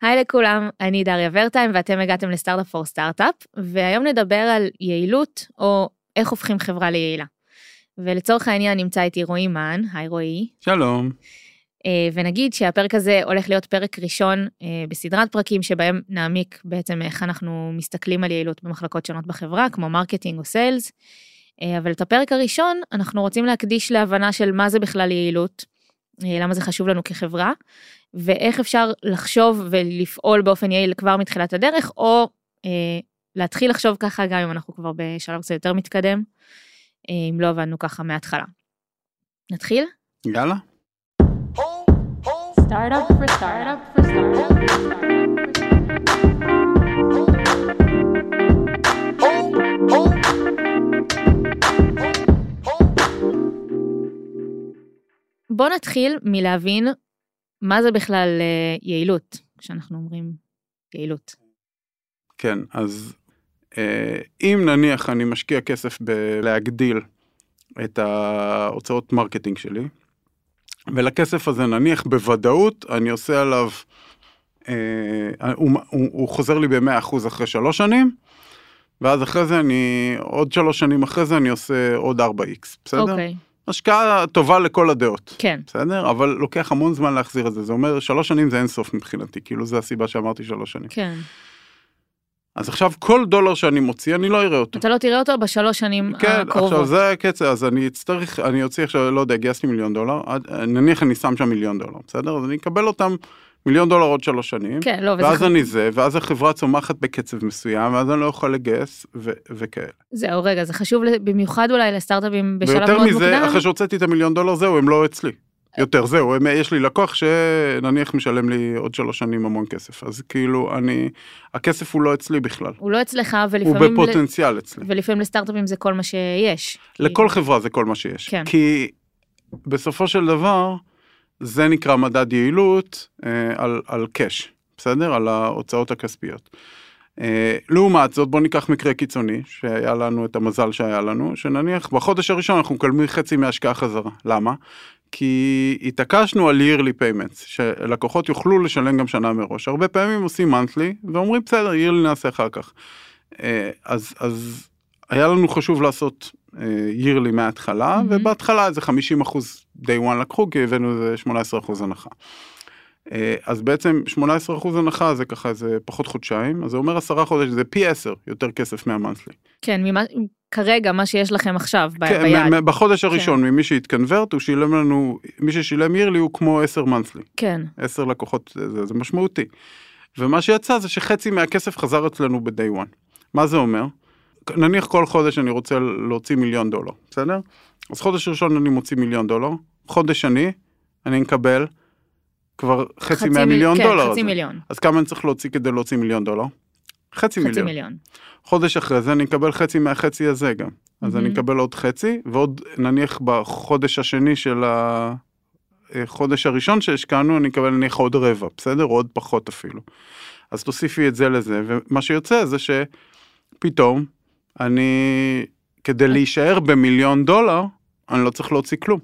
היי לכולם, אני דריה ורטיים ואתם הגעתם לסטארט-אפ פור סטארט-אפ, והיום נדבר על יעילות או איך הופכים חברה ליעילה. ולצורך העניין נמצא איתי רועי מן, היי רועי. שלום. ונגיד שהפרק הזה הולך להיות פרק ראשון בסדרת פרקים שבהם נעמיק בעצם איך אנחנו מסתכלים על יעילות במחלקות שונות בחברה, כמו מרקטינג או סיילס, אבל את הפרק הראשון אנחנו רוצים להקדיש להבנה של מה זה בכלל יעילות, למה זה חשוב לנו כחברה, ואיך אפשר לחשוב ולפעול באופן יעיל כבר מתחילת הדרך, או להתחיל לחשוב ככה גם אם אנחנו כבר בשלב קצת יותר מתקדם, אם לא עבדנו ככה מההתחלה. נתחיל? יאללה. Startup for startup for startup. בוא נתחיל מלהבין מה זה בכלל יעילות, כשאנחנו אומרים יעילות. כן, אז אם נניח אני משקיע כסף בלהגדיל את ההוצאות מרקטינג שלי, ולכסף הזה נניח בוודאות, אני עושה עליו, הוא חוזר לי ב-100% אחרי 3 שנים, ואז אחרי זה עוד 3 שנים אחרי זה אני עושה עוד 4x, בסדר? אוקיי. השקעה טובה לכל הדעות. כן. בסדר? אבל לוקח המון זמן להחזיר את זה. זה אומר 3 שנים זה אין סוף מבחינתי, כאילו זה הסיבה שאמרתי 3 שנים. כן. אז עכשיו כל $1 שאני מוציא, אני לא אראה אותו. אתה לא תראה אותו ב3 שנים כן, הקרובות. עכשיו זה הקצה, אז אני אוציא עכשיו, לא יודע, גייסתי $1,000,000, נניח אני שם שם $1,000,000, בסדר? אז אני אקבל אותם $1,000,000 עוד 3 שנים, כן, לא, ואז ואז החברה צומחת בקצב מסוים, ואז אני לא יכול לגייס, וכאלה. זהו, רגע, זה חשוב במיוחד אולי לסטארט-אפים בשלב מאוד מוקדם. ויותר מזה, אחרי שהוצאתי את $1,000,000, זהו, הם לא אצלי. יותר, זהו, יש לי לקוח שנניח משלם לי עוד 3 שנים המון כסף, אז כאילו הכסף הוא לא אצלי בכלל. הוא לא אצלך, ולפעמים... הוא בפוטנציאל אצלי. ולפעמים לסטארט-אפים זה כל מה שיש. לכל חברה זה כל מה שיש. כן. כי בסופו של דבר, זה נקרא מדד יעילות על קש, בסדר? על ההוצאות הכספיות. לעומת זאת, בוא ניקח מקרה קיצוני, שהיה לנו את המזל שהיה לנו, שנניח בחודש הראשון אנחנו מקלמים חצי מההשקעה חזרה. למה? כי התעקשנו על yearly payments, שלקוחות יוכלו לשלם גם שנה מראש. הרבה פעמים עושים monthly, ואומרים בסדר, yearly נעשה אחר כך. אז היה לנו חשוב לעשות yearly מההתחלה, ובהתחלה איזה 50% day one לקחו, כי הבאנו איזה 18% הנחה. אז בעצם 18% הנחה זה ככה איזה פחות חודשיים, אז זה אומר 10 חודש, זה פי 10 יותר כסף מהמנסלי. כן, כרגע מה שיש לכם עכשיו ביד. כן, בחודש הראשון, ממי שהתקנברט, הוא שילם לנו, מי ששילם yearly הוא כמו 10 מנסלי. כן. 10 לקוחות, זה משמעותי. ומה שיצא זה שחצי מהכסף חזר אצלנו ב-day one. מה זה אומר? נניח כל חודש אני רוצה להוציא $1,000,000, בסדר? אז חודש ראשון אני מוציא $1,000,000, חודש שני אני מקבל כבר חצי $1,000,000. כן, חצי מיליון. אז כמה אני צריך להוציא כדי להוציא $1,000,000? חצי מיליון. חודש אחרי זה אני אקבל חצי מהחצי הזה גם. אז אני אקבל עוד חצי, ועוד נניח בחודש השני של החודש הראשון שהשקענו, אני אקבל נניח עוד רבע, בסדר? עוד פחות אפילו. אז תוסיפי את זה לזה, ומה שיוצא זה שפתאום כדי להישאר $1,000,000, אני לא צריך להוציא כלום.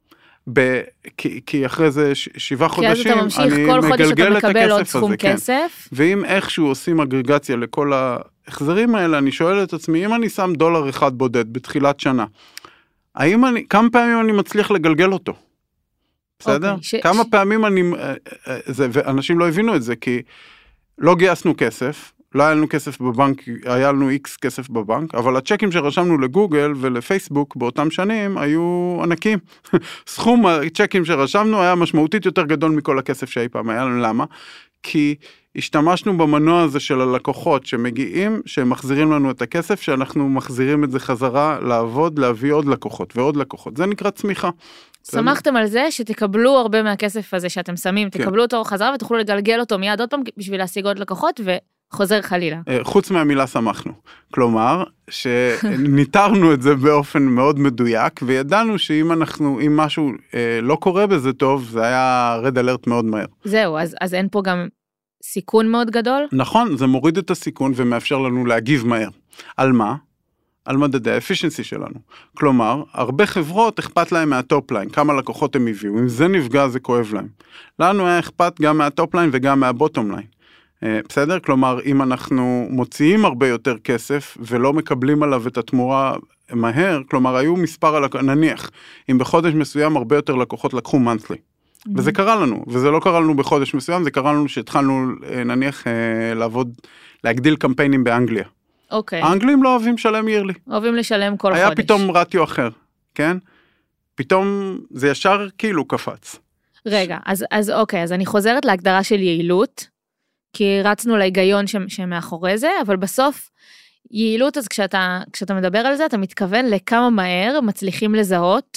כי אחרי זה 7 חודשים, אני מגלגל את הכסף הזה, כן. ואם איכשהו עושים אגרגציה לכל ההחזרים האלה, אני שואל את עצמי, אם אני שם $1 בודד בתחילת שנה, כמה פעמים אני מצליח לגלגל אותו? בסדר? כמה פעמים ואנשים לא הבינו את זה, כי לא גייסנו כסף, לא היה לנו כסף בבנק, היה לנו X כסף בבנק, אבל הצ'קים שרשמנו לגוגל ולפייסבוק באותם שנים היו ענקים. סכום הצ'קים שרשמנו היה משמעותית יותר גדול מכל הכסף שאי פעם היה לנו. למה? כי השתמשנו במנוע הזה של הלקוחות שמגיעים, שהם מחזירים לנו את הכסף, שאנחנו מחזירים את זה חזרה לעבוד, להביא עוד לקוחות ועוד לקוחות. זה נקרא צמיחה. שמחתם על זה שתקבלו הרבה מהכסף הזה שאתם שמים, תקבלו אותו חזרה ותוכלו לגלגל אותו מיד עוד פעם בשביל להשיג עוד לקוחות וחוזר חלילה. חוץ מהמילה שמחנו. כלומר, שניתרנו את זה באופן מאוד מדויק, וידענו שאם משהו לא קורה בזה טוב, זה היה רד אלרט מאוד מהר. זהו, אז אין פה גם סיכון מאוד גדול? נכון, זה מוריד את הסיכון ומאפשר לנו להגיב מהר. על מה? על מדדי האפישנסי שלנו. כלומר, הרבה חברות אכפת להם מהטופליין, כמה לקוחות הם הביאו, אם זה נפגע זה כואב להם. לנו היה אכפת גם מהטופליין וגם מהבוטומליין. בסדר? כלומר, אם אנחנו מוציאים הרבה יותר כסף, ולא מקבלים עליו את התמורה מהר, כלומר, היו מספר, נניח, אם בחודש מסוים הרבה יותר לקוחות לקחו monthly. וזה קרה לנו, וזה לא קרה לנו בחודש מסוים, זה קרה לנו שהתחלנו, נניח, להגדיל קמפיינים באנגליה. אוקיי. האנגלים לא אוהבים לשלם ירלי. אוהבים לשלם כל חודש. היה פתאום רטיו אחר, כן? פתאום זה ישר כאילו קפץ. רגע, אז אוקיי, אז אני חוזרת להגדרה של יעילות, כי רצנו להיגיון שמאחורי זה, אבל בסוף, יעילות, אז כשאתה מדבר על זה, אתה מתכוון לכמה מהר מצליחים לזהות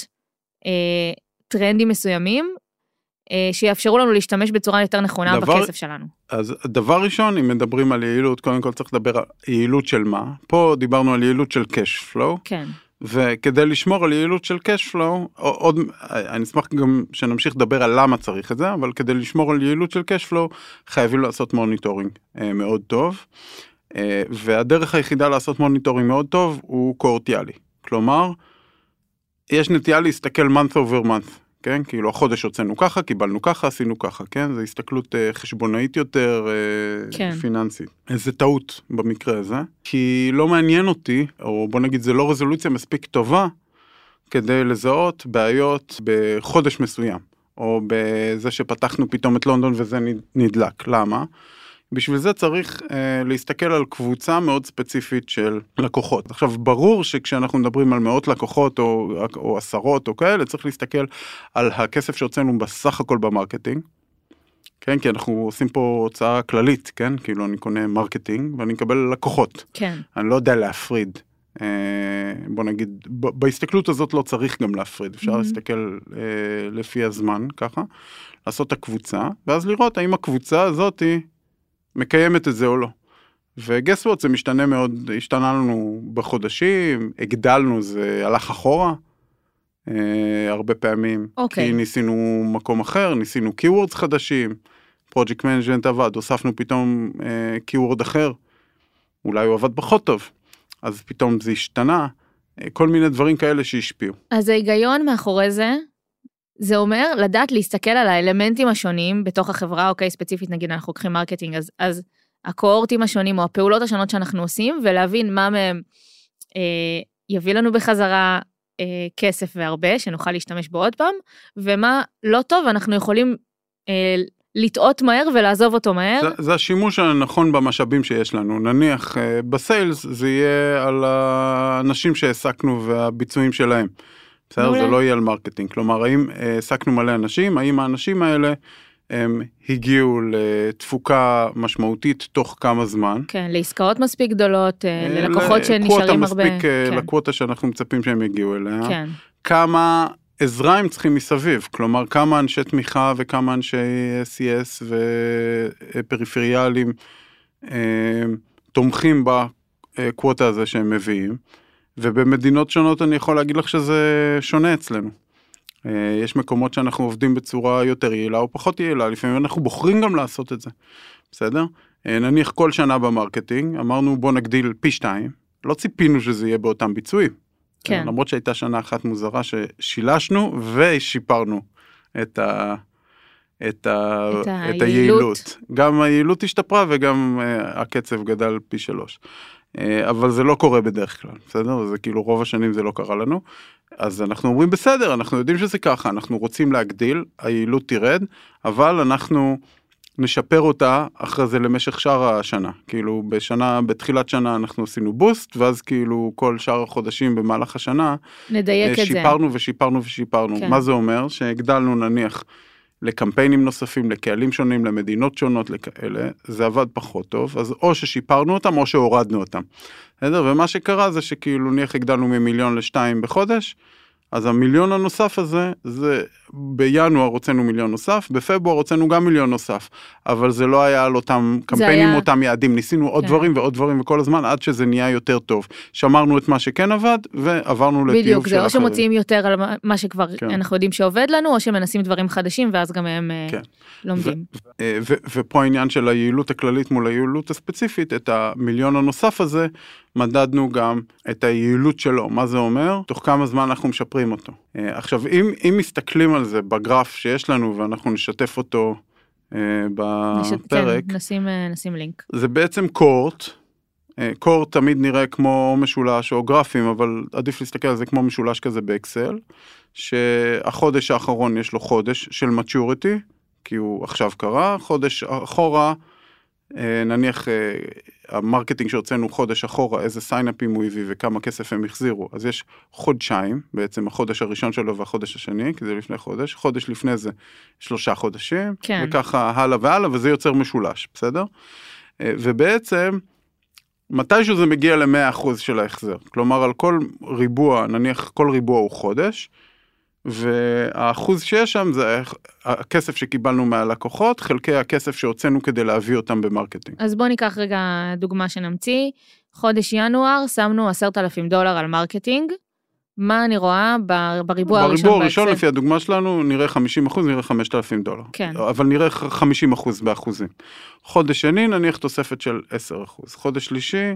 טרנדים מסוימים, שיאפשרו לנו להשתמש בצורה יותר נכונה בכסף שלנו. אז דבר ראשון, אם מדברים על יעילות, קודם כל צריך לדבר על יעילות של מה? פה דיברנו על יעילות של cash flow. כן. וכדי לשמור על יעילות של cash flow, אני אשמח גם שנמשיך לדבר על למה צריך את זה, אבל כדי לשמור על יעילות של cash flow, חייבים לעשות מוניטורינג מאוד טוב, והדרך היחידה לעשות מוניטורינג מאוד טוב, הוא קורטיאלי. כלומר, יש נטייה להסתכל month over month, כן? כאילו החודש הוצאנו ככה, קיבלנו ככה, עשינו ככה, כן? זה הסתכלות חשבונאית יותר, כן. פיננסית. זה טעות במקרה הזה, כי לא מעניין אותי, או בוא נגיד זה לא רזולוציה מספיק טובה, כדי לזהות בעיות בחודש מסוים, או בזה שפתחנו פתאום את לונדון וזה נדלק. למה? בשביל זה צריך להסתכל על קבוצה מאוד ספציפית של לקוחות. עכשיו, ברור שכשאנחנו מדברים על מאות לקוחות או עשרות או כאלה, צריך להסתכל על הכסף שהוצאנו בסך הכל במרקטינג, כן? כי אנחנו עושים פה הוצאה כללית, כן? כאילו אני קונה מרקטינג ואני מקבל לקוחות. כן. אני לא יודע להפריד. בוא נגיד, בהסתכלות הזאת לא צריך גם להפריד, אפשר להסתכל לפי הזמן, ככה, לעשות את הקבוצה, ואז לראות האם הקבוצה הזאת היא מקיימת את זה או לא. וגסוות זה משתנה מאוד, השתנה לנו בחודשים, הגדלנו, זה הלך אחורה, הרבה פעמים, כי ניסינו מקום אחר, ניסינו keywords חדשים, project management עבד, הוספנו פתאום keyword אחר, אולי הוא עבד פחות טוב, אז פתאום זה השתנה, כל מיני דברים כאלה שהשפיעו. אז ההיגיון מאחורי זה, זה אומר לדעת להסתכל על האלמנטים השונים בתוך החברה, אוקיי, ספציפית נגיד אנחנו לוקחים מרקטינג, אז הקואורטים השונים או הפעולות השונות שאנחנו עושים, ולהבין מה מהם יביא לנו בחזרה כסף והרבה, שנוכל להשתמש בו עוד פעם, ומה לא טוב, אנחנו יכולים לטעות מהר ולעזוב אותו מהר. זה השימוש הנכון במשאבים שיש לנו. נניח בסיילס זה יהיה על האנשים שהעסקנו והביצועים שלהם. בסדר? זה לא יהיה על מרקטינג. כלומר, האם העסקנו מלא אנשים, האם האנשים האלה הם הגיעו לתפוקה משמעותית תוך כמה זמן. כן, לעסקאות מספיק גדולות, ללקוחות שנשארים הרבה. מספיק לקווטה שאנחנו מצפים שהם יגיעו אליה. כן. כמה עזרה הם צריכים מסביב, כלומר כמה אנשי תמיכה וכמה אנשי SES ופריפריאליים תומכים בקווטה הזה שהם מביאים, ובמדינות שונות אני יכול להגיד לך שזה שונה אצלנו. יש מקומות שאנחנו עובדים בצורה יותר יעילה או פחות יעילה, לפעמים אנחנו בוחרים גם לעשות את זה, בסדר? נניח כל שנה במרקטינג, אמרנו בוא נגדיל פי 2, לא ציפינו שזה יהיה באותם ביצועים, כן. למרות שהייתה שנה אחת מוזרה ששילשנו ושיפרנו את היעילות. גם היעילות השתפרה וגם הקצב גדל פי 3. אבל זה לא קורה בדרך כלל, בסדר? זה כאילו רוב השנים זה לא קרה לנו. אז אנחנו אומרים בסדר, אנחנו יודעים שזה ככה, אנחנו רוצים להגדיל, היעילות תירד, אבל אנחנו נשפר אותה אחרי זה למשך שאר השנה. כאילו בתחילת שנה אנחנו עשינו בוסט, ואז כאילו כל שאר החודשים במהלך השנה, נדייק את זה. שיפרנו ושיפרנו ושיפרנו. כן. מה זה אומר? שהגדלנו נניח לקמפיינים נוספים, לקהלים שונים, למדינות שונות, לכאלה, זה עבד פחות טוב, אז או ששיפרנו אותם או שהורדנו אותם. ומה שקרה זה שכאילו נניח הגדלנו מ1,000,000 ל2 בחודש, אז המיליון הנוסף הזה, זה בינואר הוצאנו 1,000,000 נוסף, בפברואר הוצאנו גם 1,000,000 נוסף, אבל זה לא היה על אותם קמפיינים, אותם יעדים, ניסינו עוד דברים ועוד דברים וכל הזמן, עד שזה נהיה יותר טוב. שמרנו את מה שכן עבד, ועברנו לטיוב של אחרים. בדיוק, זה או שמוציאים יותר על מה שכבר אנחנו יודעים שעובד לנו, או שמנסים דברים חדשים, ואז גם הם לומדים. ופה העניין של היעילות הכללית מול היעילות הספציפית, את ה1,000,000 הנוסף הזה, מדדנו גם את היעילות שלו. מה זה אומר? תוך כמה זמן אנחנו משפרים אותו. עכשיו, אם מסתכלים על זה בגרף שיש לנו, ואנחנו נשתף אותו בפרק. כן, נשים לינק. זה בעצם קורט, קורט תמיד נראה כמו משולש או גרפים, אבל עדיף להסתכל על זה כמו משולש כזה באקסל, שהחודש האחרון יש לו חודש של maturity, כי הוא עכשיו קרה, חודש אחורה, נניח המרקטינג שהוצאנו חודש אחורה, איזה סיינאפים הוא הביא וכמה כסף הם החזירו, אז יש חודשיים, בעצם החודש הראשון שלו והחודש השני, כי זה לפני חודש, חודש לפני זה 3 חודשים, כן. וככה הלאה והלאה, וזה יוצר משולש, בסדר? ובעצם, מתישהו זה מגיע ל100% של ההחזר, כלומר על כל ריבוע, נניח כל ריבוע הוא חודש, והאחוז שיש שם זה הכסף שקיבלנו מהלקוחות, חלקי הכסף שהוצאנו כדי להביא אותם במרקטינג. אז בוא ניקח רגע דוגמה שנמציא, חודש ינואר שמנו $10,000 על מרקטינג, מה אני רואה בריבוע הראשון? בריבוע הראשון לפי הדוגמה שלנו נראה 50%, נראה $5,000. כן. אבל נראה 50% באחוזים. חודש שני נניח תוספת של 10%, חודש שלישי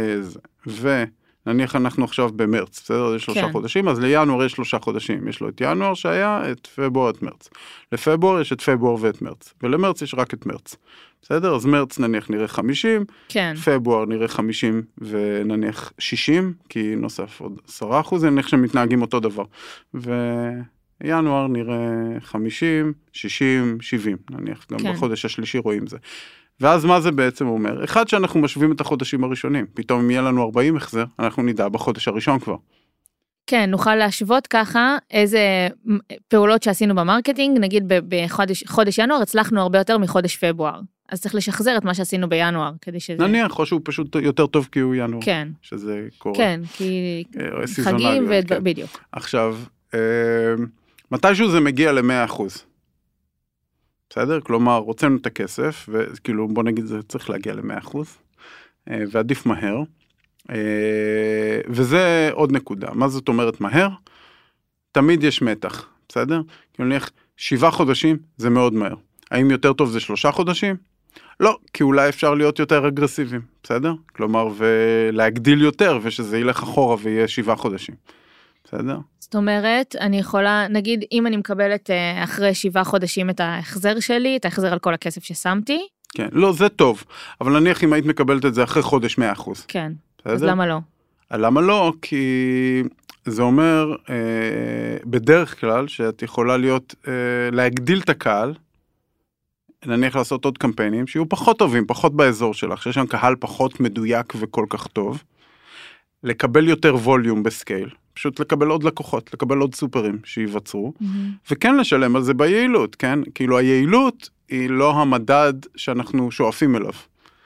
נניח אנחנו עכשיו במרץ, בסדר? יש 3 חודשים, אז לינואר יש 3 חודשים. יש לו את ינואר שהיה, את פברואר, את מרץ. לפברואר יש את פברואר ואת מרץ. ולמרץ יש רק את מרץ. בסדר? אז מרץ נניח נראה 50, כן. פברואר נראה 50 ונניח 60, כי נוסף עוד 10%, נניח שמתנהגים אותו דבר. וינואר נראה 50, 60, 70, נניח. גם בחודש השלישי רואים זה. ואז מה זה בעצם אומר? אחד שאנחנו משווים את החודשים הראשונים, פתאום אם יהיה לנו 40 החזר, אנחנו נדע בחודש הראשון כבר. כן, נוכל להשוות ככה איזה פעולות שעשינו במרקטינג, נגיד בחודש ינואר הצלחנו הרבה יותר מחודש פברואר, אז צריך לשחזר את מה שעשינו בינואר, כדי שזה... נניח, או שהוא פשוט יותר טוב כי הוא ינואר. כן. שזה קורה. כן, כי חגים בדיוק. עכשיו, מתישהו זה מגיע ל100%. בסדר? כלומר, רוצים את הכסף, וכאילו, בוא נגיד, זה צריך להגיע ל100%, ועדיף מהר, וזה עוד נקודה. מה זאת אומרת מהר? תמיד יש מתח, בסדר? כאילו, נניח, 7 חודשים זה מאוד מהר. האם יותר טוב זה 3 חודשים? לא, כי אולי אפשר להיות יותר אגרסיביים, בסדר? כלומר, ולהגדיל יותר, ושזה ילך אחורה ויהיה 7 חודשים. בסדר? זאת אומרת, אני יכולה, נגיד, אם אני מקבלת אחרי 7 חודשים את ההחזר שלי, את ההחזר על כל הכסף ששמתי. כן, לא, זה טוב. אבל נניח אם היית מקבלת את זה אחרי חודש 100%. כן, בסדר? אז למה לא? למה לא? כי זה אומר, בדרך כלל, שאת יכולה להיות, להגדיל את הקהל, נניח לעשות עוד קמפיינים, שיהיו פחות טובים, פחות באזור שלך, שיש שם קהל פחות מדויק וכל כך טוב, לקבל יותר ווליום בסקייל. פשוט לקבל עוד לקוחות, לקבל עוד סופרים שיווצרו, וכן לשלם על זה ביעילות, כן? כאילו היעילות היא לא המדד שאנחנו שואפים אליו.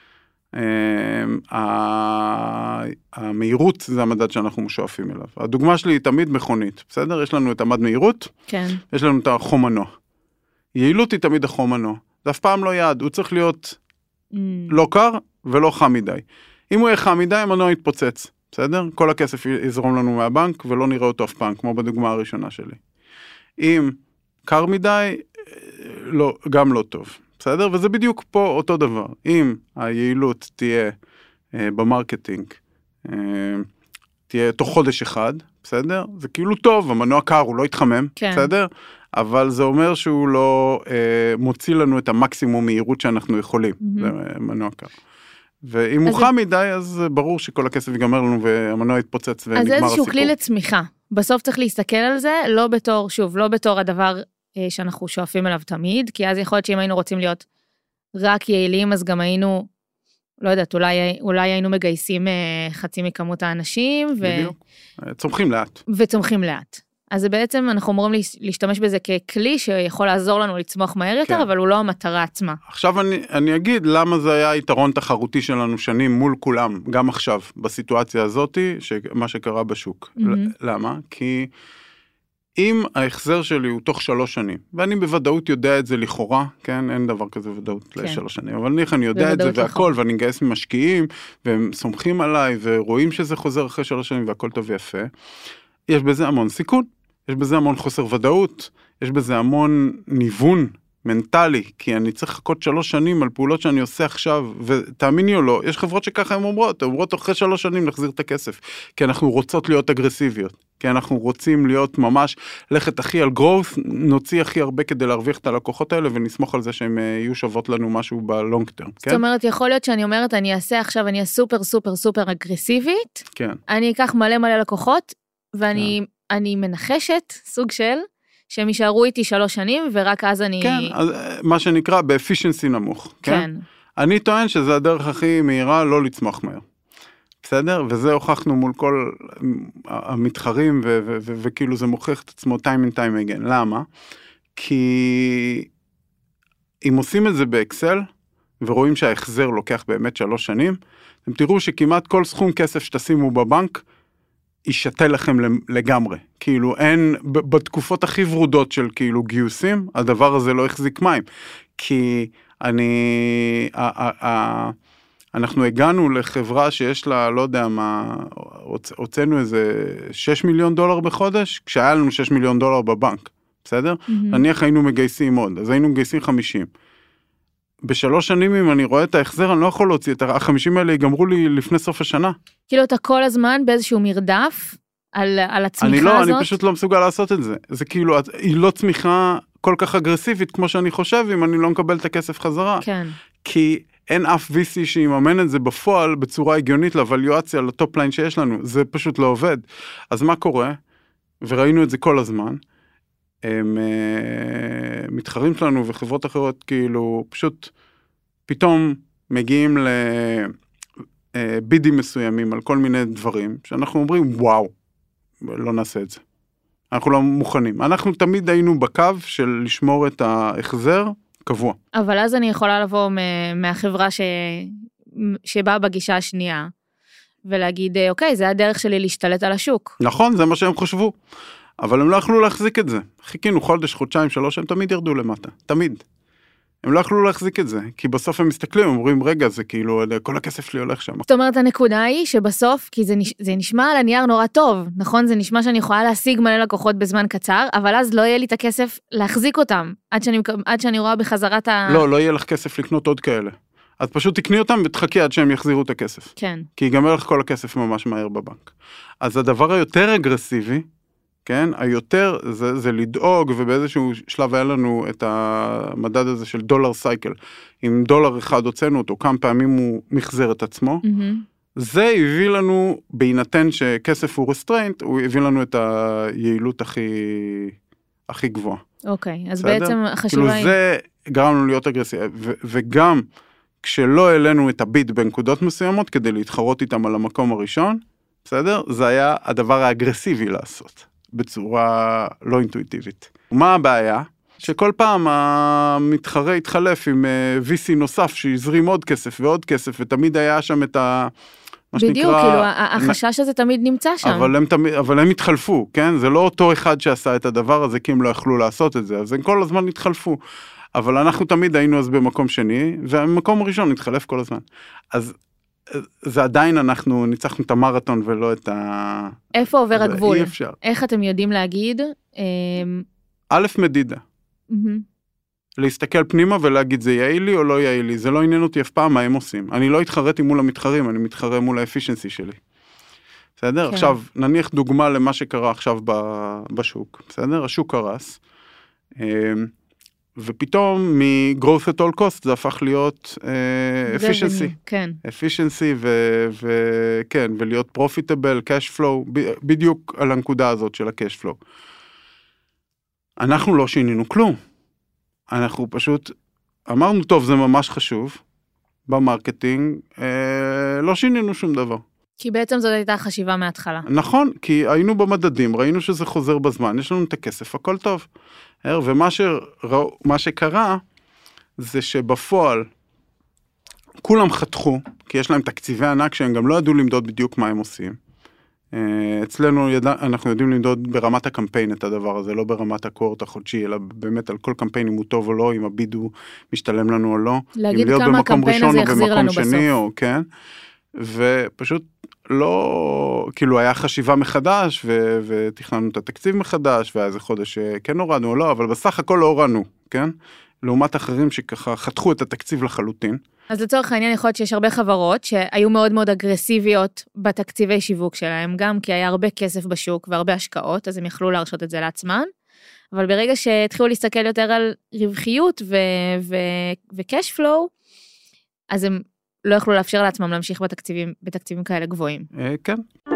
המהירות זה המדד שאנחנו שואפים אליו. הדוגמה שלי היא תמיד מכונית, בסדר? יש לנו את המד מהירות, כן. יש לנו את החום מנוע. יעילות היא תמיד החום מנוע. זה אף פעם לא יעד, הוא צריך להיות לא קר ולא חם מדי. אם הוא יהיה חם מדי, המנוע יתפוצץ. בסדר? כל הכסף יזרום לנו מהבנק, ולא נראה אותו אף פעם, כמו בדוגמה הראשונה שלי. אם קר מדי, לא, גם לא טוב. בסדר? וזה בדיוק פה אותו דבר. אם היעילות תהיה במרקטינג, תהיה תוך חודש אחד, בסדר? זה כאילו טוב, המנוע קר, הוא לא יתחמם, כן. בסדר? אבל זה אומר שהוא לא מוציא לנו את המקסימום מהירות שאנחנו יכולים. זה מנוע קר. ואם הוא חם מדי, אז ברור שכל הכסף ייגמר לנו, והמנוע יתפוצץ ונגמר הסיפור. אז איזשהו כלי לצמיחה. בסוף צריך להסתכל על זה, לא בתור, שוב, לא בתור הדבר שאנחנו שואפים אליו תמיד, כי אז יכול להיות שאם היינו רוצים להיות רק יעילים, אז גם היינו, לא יודעת, אולי היינו מגייסים חצי מכמות האנשים. בדיוק. צומחים לאט. וצומחים לאט. אז זה בעצם, אנחנו אמורים להשתמש בזה ככלי שיכול לעזור לנו לצמוח מהר יותר, כן. אבל הוא לא המטרה עצמה. עכשיו אני אגיד למה זה היה יתרון תחרותי שלנו שנים מול כולם, גם עכשיו, בסיטואציה הזאת, מה שקרה בשוק. למה? כי אם ההחזר שלי הוא תוך 3 שנים, ואני בוודאות יודע את זה לכאורה, כן, אין דבר כזה ודאות כן. ל3 שנים, אבל נניח אני יודע את זה והכל, ואני מגייס ממשקיעים, והם סומכים עליי, ורואים שזה חוזר אחרי 3 שנים, והכל טוב ויפה, יש בזה המון סיכון, יש בזה המון חוסר ודאות, יש בזה המון ניוון מנטלי, כי אני צריך לחכות 3 שנים על פעולות שאני עושה עכשיו, ותאמיני או לא, יש חברות שככה הן אומרות אחרי 3 שנים נחזיר את הכסף, כי אנחנו רוצות להיות אגרסיביות, כי אנחנו רוצים להיות ממש, לכת הכי על growth, נוציא הכי הרבה כדי להרוויח את הלקוחות האלה, ונסמוך על זה שהם יהיו שוות לנו משהו בלונג טרם, כן? זאת אומרת, יכול להיות שאני אומרת, אני אעשה עכשיו, אני אהיה סופר סופר סופר אגרסיבית, כן. אני אקח מלא מלא לקוחות, ואני מנחשת, סוג של, שהם יישארו איתי 3 שנים, ורק אז אני... כן, מה שנקרא באפישנסי נמוך, כן? כן. אני טוען שזה הדרך הכי מהירה לא לצמוח מהר. בסדר? וזה הוכחנו מול כל המתחרים, וכאילו זה מוכיח את עצמו time and time again. למה? כי אם עושים את זה באקסל, ורואים שההחזר לוקח באמת 3 שנים, אתם תראו שכמעט כל סכום כסף שתשימו בבנק, ישתה לכם לגמרי. כאילו אין, בתקופות הכי ורודות של כאילו גיוסים, הדבר הזה לא החזיק מים. כי אנחנו הגענו לחברה שיש לה, לא יודע מה, הוצאנו איזה $6 מיליון בחודש, כשהיה לנו $6 מיליון בבנק, בסדר? נניח היינו מגייסים עוד, אז היינו מגייסים 50. ב3 שנים אם אני רואה את ההחזר, אני לא יכול להוציא, את ה-50 האלה ייגמרו לי לפני סוף השנה. כאילו אתה כל הזמן באיזשהו מרדף על הצמיחה הזאת? אני פשוט לא מסוגל לעשות את זה. זה כאילו, היא לא צמיחה כל כך אגרסיבית כמו שאני חושב, אם אני לא מקבל את הכסף חזרה. כן. כי אין אף VC שיממן את זה בפועל בצורה הגיונית לוואליואציה, לטופ ליין שיש לנו. זה פשוט לא עובד. אז מה קורה? וראינו את זה כל הזמן. הם מתחרים שלנו וחברות אחרות כאילו פשוט פתאום מגיעים לבידים מסוימים על כל מיני דברים שאנחנו אומרים וואו, לא נעשה את זה. אנחנו לא מוכנים. אנחנו תמיד היינו בקו של לשמור את ההחזר קבוע. אבל אז אני יכולה לבוא מהחברה שבאה בגישה השנייה ולהגיד אוקיי, זה הדרך שלי להשתלט על השוק. נכון, זה מה שהם חשבו. אבל הם לא יכלו להחזיק את זה. חיכינו חודש, חודשיים, 3, הם תמיד ירדו למטה. תמיד. הם לא יכלו להחזיק את זה. כי בסוף הם מסתכלים, אומרים, רגע, זה כאילו, כל הכסף שלי הולך שם. זאת אומרת, הנקודה היא שבסוף, כי זה נשמע על הנייר נורא טוב, נכון? זה נשמע שאני יכולה להשיג מלא לקוחות בזמן קצר, אבל אז לא יהיה לי את הכסף להחזיק אותם, עד שאני רואה בחזרת לא יהיה לך כסף לקנות עוד כאלה. את פשוט תקני אותם ותחכי עד שהם יחזירו את הכסף. כן. כי ייגמר לך כל הכסף ממש מהר בבנק. אז הדבר היותר אגרסיבי, כן, היותר זה לדאוג, ובאיזשהו שלב היה לנו את המדד הזה של דולר סייקל. אם $1 הוצאנו אותו, כמה פעמים הוא מחזר את עצמו, זה הביא לנו, בהינתן שכסף הוא רסטריינט, הוא הביא לנו את היעילות הכי גבוהה. אוקיי, אז בעצם החשיבה היא... כאילו זה גרם לנו להיות אגרסיבי, וגם כשלא העלינו את הביט בנקודות מסוימות, כדי להתחרות איתם על המקום הראשון, בסדר? זה היה הדבר האגרסיבי לעשות. בצורה לא אינטואיטיבית. מה הבעיה? שכל פעם המתחרה התחלף עם VC נוסף שיזרים עוד כסף ועוד כסף, ותמיד היה שם את מה שנקרא... בדיוק, כאילו, החשש הזה תמיד נמצא שם. אבל הם התחלפו, כן? זה לא אותו אחד שעשה את הדבר הזה, כי הם לא יכלו לעשות את זה, אז הם כל הזמן התחלפו. אבל אנחנו תמיד היינו אז במקום שני, והמקום הראשון התחלף כל הזמן. אז זה עדיין אנחנו ניצחנו את המרתון ולא את ה... איפה עובר הגבול? אי אפשר. איך אתם יודעים להגיד? א', מדידה. להסתכל פנימה ולהגיד זה יעיל לי או לא יעיל לי. זה לא עניין אותי אף פעם מה הם עושים. אני לא התחרתי מול המתחרים, אני מתחרה מול האפישנסי שלי. בסדר? כן. עכשיו, נניח דוגמה למה שקרה עכשיו בשוק. בסדר? השוק קרס. ופתאום מ-growth at all cost זה הפך להיות efficiency. כן. efficiency וכן, ולהיות profitable, cash flow, בדיוק על הנקודה הזאת של ה-cash flow. אנחנו לא שינינו כלום. אנחנו פשוט אמרנו, טוב, זה ממש חשוב, במרקטינג, לא שינינו שום דבר. כי בעצם זאת הייתה חשיבה מההתחלה. נכון, כי היינו במדדים, ראינו שזה חוזר בזמן, יש לנו את הכסף, הכל טוב. ומה שקרה, זה שבפועל, כולם חתכו, כי יש להם תקציבי ענק, שהם גם לא ידעו למדוד בדיוק מה הם עושים. אצלנו אנחנו יודעים למדוד ברמת הקמפיין את הדבר הזה, לא ברמת הקורט החודשי, אלא באמת על כל קמפיין אם הוא טוב או לא, אם הביד הוא משתלם לנו או לא. להגיד כמה הקמפיין הזה יחזיר לנו בסוף. או, כן. ופשוט לא, כאילו היה חשיבה מחדש, ותכננו את התקציב מחדש, והיה איזה חודש כן הורדנו או לא, אבל בסך הכל לא הורדנו, כן? לעומת אחרים שככה חתכו את התקציב לחלוטין. אז לצורך העניין יכול להיות שיש הרבה חברות שהיו מאוד מאוד אגרסיביות בתקציבי שיווק שלהם, גם כי היה הרבה כסף בשוק והרבה השקעות, אז הם יכלו להרשות את זה לעצמן, אבל ברגע שהתחילו להסתכל יותר על רווחיות ו-cash flow, אז הם לא יכלו לאפשר לעצמם להמשיך בתקציבים כאלה גבוהים. כן.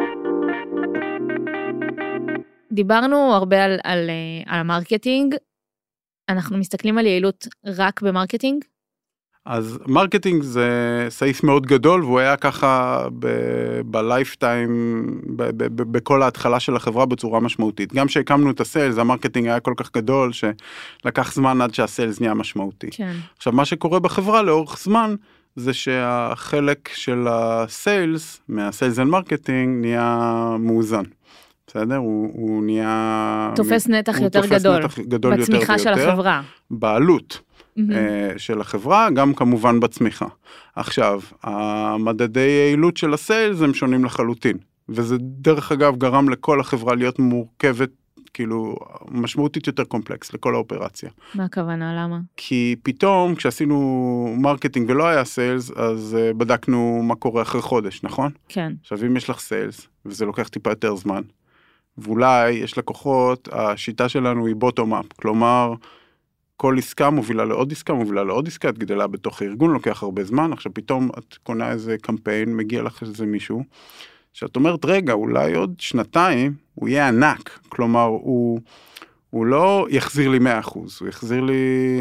דיברנו הרבה על המרקטינג, אנחנו מסתכלים על יעילות רק במרקטינג? אז מרקטינג זה סעיף מאוד גדול, והוא היה ככה בלייפטיים, בכל ההתחלה של החברה בצורה משמעותית. גם שהקמנו את הסיילס, המרקטינג היה כל כך גדול, שלקח זמן עד שהסיילס נהיה משמעותי. כן. עכשיו, מה שקורה בחברה לאורך זמן, זה שהחלק של הסיילס, מהסיילס and מרקטינג, נהיה מאוזן. בסדר? הוא נהיה... תופס נתח יותר גדול, בצמיחה של החברה. בעלות. של החברה, גם כמובן בצמיחה. עכשיו, המדדי יעילות של הסיילס הם שונים לחלוטין, וזה דרך אגב גרם לכל החברה להיות מורכבת, כאילו משמעותית יותר קומפלקס לכל האופרציה. מה הכוונה? למה? כי פתאום כשעשינו מרקטינג ולא היה סיילס, אז בדקנו מה קורה אחרי חודש, נכון? כן. עכשיו אם יש לך סיילס, וזה לוקח טיפה יותר זמן, ואולי יש לקוחות, השיטה שלנו היא בוטום אפ, כלומר, כל עסקה מובילה לעוד עסקה, מובילה לעוד עסקה, את גדלה בתוך הארגון, לוקח הרבה זמן, עכשיו פתאום את קונה איזה קמפיין, מגיע לך איזה מישהו, שאת אומרת, רגע, אולי עוד שנתיים, הוא יהיה ענק, כלומר, הוא לא יחזיר לי 100%, הוא יחזיר לי,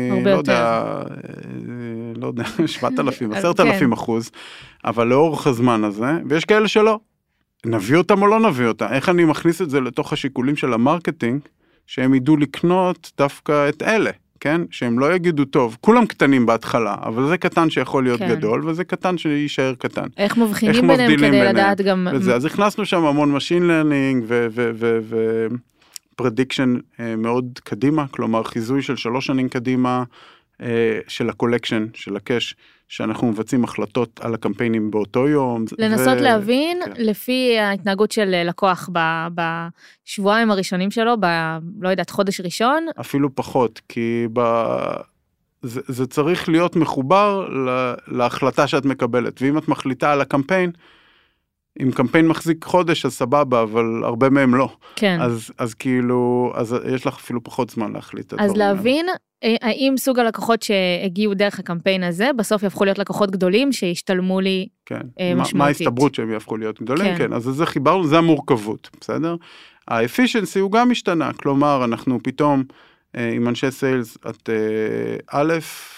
לא יודע, 7,000, 10,000%, אבל לאורך הזמן הזה, ויש כאלה שלא, נביא אותם או לא נביא אותם, איך אני מכניס את זה לתוך השיקולים של המרקטינג, שהם ידעו לקנות דווקא את אלה, כן? שהם לא יגידו טוב, כולם קטנים בהתחלה, אבל זה קטן שיכול להיות גדול, וזה קטן שישאר קטן. איך מבחינים ביניהם כדי לדעת גם... אז הכנסנו שם המון Machine Learning ו-Prediction מאוד קדימה, כלומר חיזוי של 3 שנים קדימה, של הקולקשן, של הקש, שאנחנו מבצעים החלטות על הקמפיינים באותו יום. לנסות להבין, לפי ההתנהגות של לקוח בשבועיים הראשונים שלו, לא יודעת, חודש ראשון. אפילו פחות, כי זה צריך להיות מחובר להחלטה שאת מקבלת, ואם את מחליטה על הקמפיין, אם קמפיין מחזיק חודש, אז סבבה, אבל הרבה מהם לא. כן. אז כאילו, אז יש לך אפילו פחות זמן להחליט. אז להבין, האם סוג הלקוחות שהגיעו דרך הקמפיין הזה, בסוף יהפכו להיות לקוחות גדולים, שישתלמו לי משמעותית. מה ההסתברות שהם יהפכו להיות גדולים? כן, אז זה חיברנו, זה המורכבות, בסדר? האפישנסי הוא גם משתנה, כלומר, אנחנו פתאום, עם אנשי סיילס, את א',